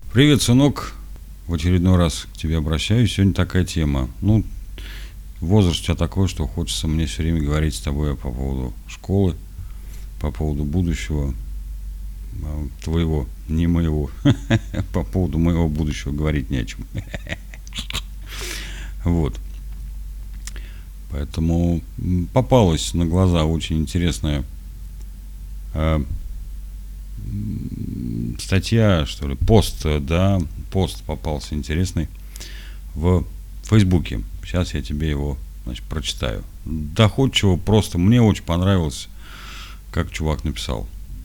Привет, сынок. В очередной раз к тебе обращаюсь. Сегодня такая тема. Возраст у тебя такой, что хочется мне все время говорить с тобой по поводу школы, по поводу будущего твоего, не моего. По поводу моего будущего говорить не о чем. Вот. Поэтому попалась на глаза очень интересная статья, что ли, пост попался интересный в Фейсбуке. Сейчас я тебе его, прочитаю. Доходчиво, просто мне очень понравилось, как чувак написал.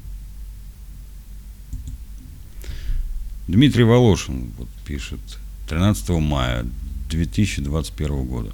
Дмитрий Волошин пишет 13 мая 2021 года.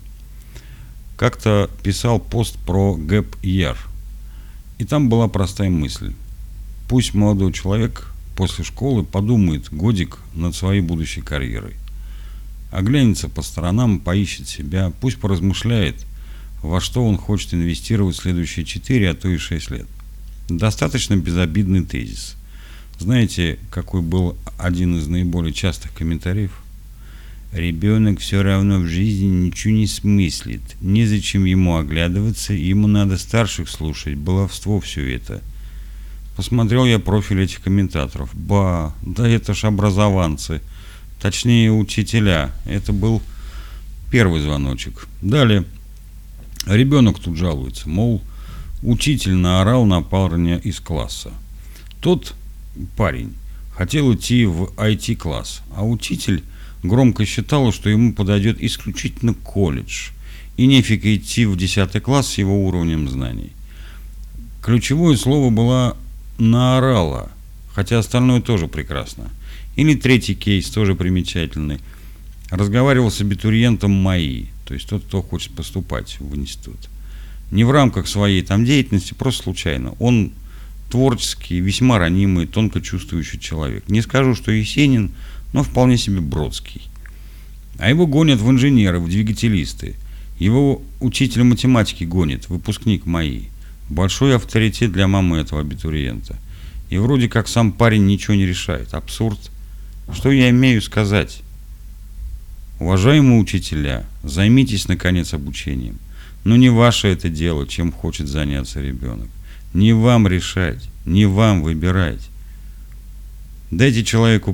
Как-то писал пост про Gap Year, и там была простая мысль. Пусть молодой человек после школы подумает годик над своей будущей карьерой. Оглянется по сторонам, поищет себя, пусть поразмышляет, во что он хочет инвестировать в следующие 4, а то и 6 лет. Достаточно безобидный тезис. Знаете, какой был один из наиболее частых комментариев? Ребенок все равно в жизни ничего не смыслит. Незачем ему оглядываться, ему надо старших слушать. Баловство все это. Посмотрел я профиль этих комментаторов. Да это ж образованцы. Точнее, учителя. Это был первый звоночек. Далее. Ребенок тут жалуется. Мол, учитель наорал на парня из класса. Тот парень хотел идти в IT-класс, а учитель громко считал, что ему подойдет исключительно колледж. И нефиг идти в 10 класс с его уровнем знаний. Ключевое слово было наорала, хотя остальное тоже прекрасно. Или третий кейс, тоже примечательный. Разговаривал с абитуриентом МАИ, то есть тот, кто хочет поступать в институт. Не в рамках своей там деятельности, просто случайно. Он творческий, весьма ранимый, тонко чувствующий человек. Не скажу, что Есенин, но вполне себе Бродский. А его гонят в инженеры, в двигателисты. Его учитель математики гонит, выпускник МАИ. Большой авторитет для мамы этого абитуриента. И вроде как сам парень ничего не решает. Абсурд. Что я имею сказать? Уважаемые учителя, займитесь наконец обучением. Но не ваше это дело, чем хочет заняться ребенок. Не вам решать, не вам выбирать. Дайте человеку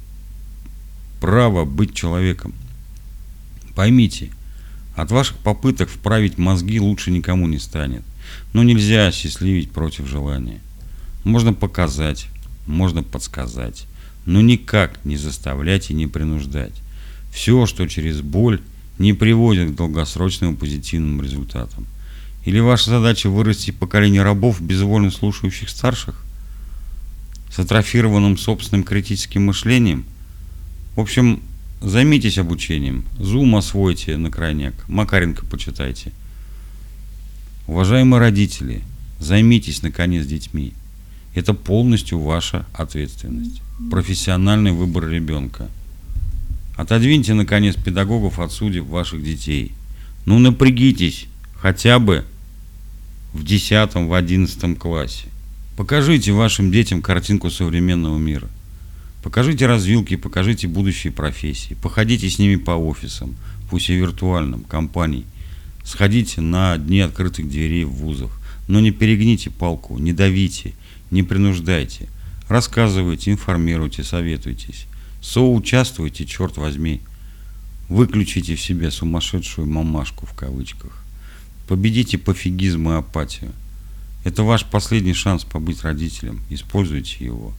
право быть человеком. Поймите, от ваших попыток вправить мозги лучше никому не станет. Но нельзя осчастливить против желания. Можно показать, можно подсказать, но никак не заставлять и не принуждать. Все, что через боль, не приводит к долгосрочным позитивным результатам. Или ваша задача вырастить поколение рабов, безвольно слушающих старших, с атрофированным собственным критическим мышлением? В общем, займитесь обучением, Zoom освойте на крайняк, Макаренко почитайте. Уважаемые родители, займитесь наконец детьми. Это полностью ваша ответственность. Профессиональный выбор ребенка. Отодвиньте наконец педагогов от судеб ваших детей. Напрягитесь хотя бы в 10, в 11 классе. Покажите вашим детям картинку современного мира. Покажите развилки, покажите будущие профессии. Походите с ними по офисам, пусть и виртуальным, компаний. Сходите на дни открытых дверей в вузах. Но не перегните палку, не давите, не принуждайте. Рассказывайте, информируйте, советуйтесь. Соучаствуйте, черт возьми. Выключите в себе сумасшедшую мамашку в кавычках. Победите пофигизм и апатию. Это ваш последний шанс побыть родителем. Используйте его.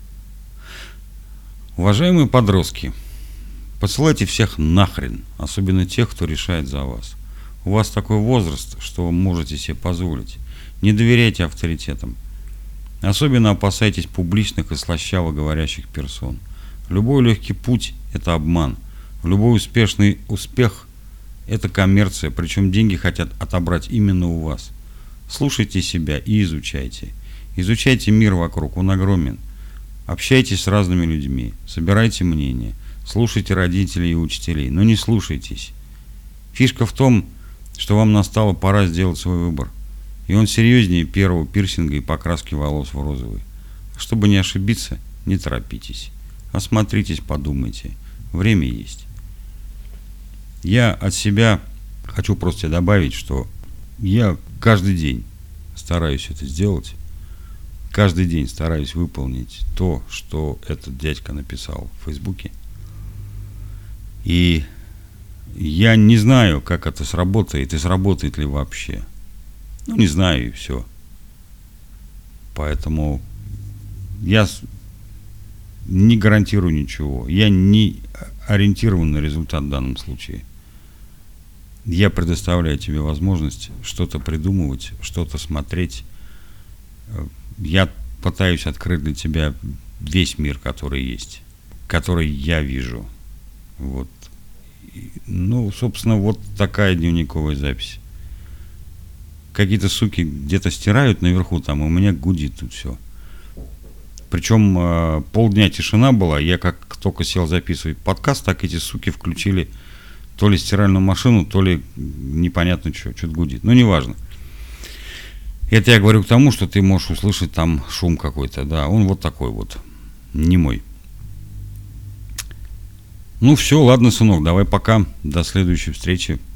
Уважаемые подростки, посылайте всех нахрен, особенно тех, кто решает за вас. У вас такой возраст, что вы можете себе позволить. Не доверяйте авторитетам. Особенно опасайтесь публичных и слащаво говорящих персон. Любой легкий путь – это обман. Любой успешный успех – это коммерция, причем деньги хотят отобрать именно у вас. Слушайте себя и изучайте. Изучайте мир вокруг, он огромен. Общайтесь с разными людьми, собирайте мнения, слушайте родителей и учителей, но не слушайтесь. Фишка в том, что вам настала пора сделать свой выбор. И он серьезнее первого пирсинга и покраски волос в розовый. Чтобы не ошибиться, не торопитесь. осмотритесь, подумайте. Время есть. Я от себя хочу просто тебе добавить, что я каждый день стараюсь это сделать. Каждый день стараюсь выполнить то, что этот дядька написал в Фейсбуке. И я не знаю, как это сработает и сработает ли вообще. Ну, не знаю, и все. Поэтому я не гарантирую ничего. Я не ориентирован на результат в данном случае. Я предоставляю тебе возможность что-то придумывать, что-то смотреть. Я пытаюсь открыть для тебя весь мир, который есть, который я вижу. Вот. Ну, собственно, вот такая дневниковая запись. Какие-то суки где-то стирают наверху, там, у меня гудит тут все. Причем полдня тишина была, я как только сел записывать подкаст, так эти суки включили то ли стиральную машину, то ли непонятно что-то гудит. Ну, неважно. Это я говорю к тому, что ты можешь услышать там шум какой-то, да, он вот такой вот, не мой. Ну все, ладно, сынок, давай пока, до следующей встречи.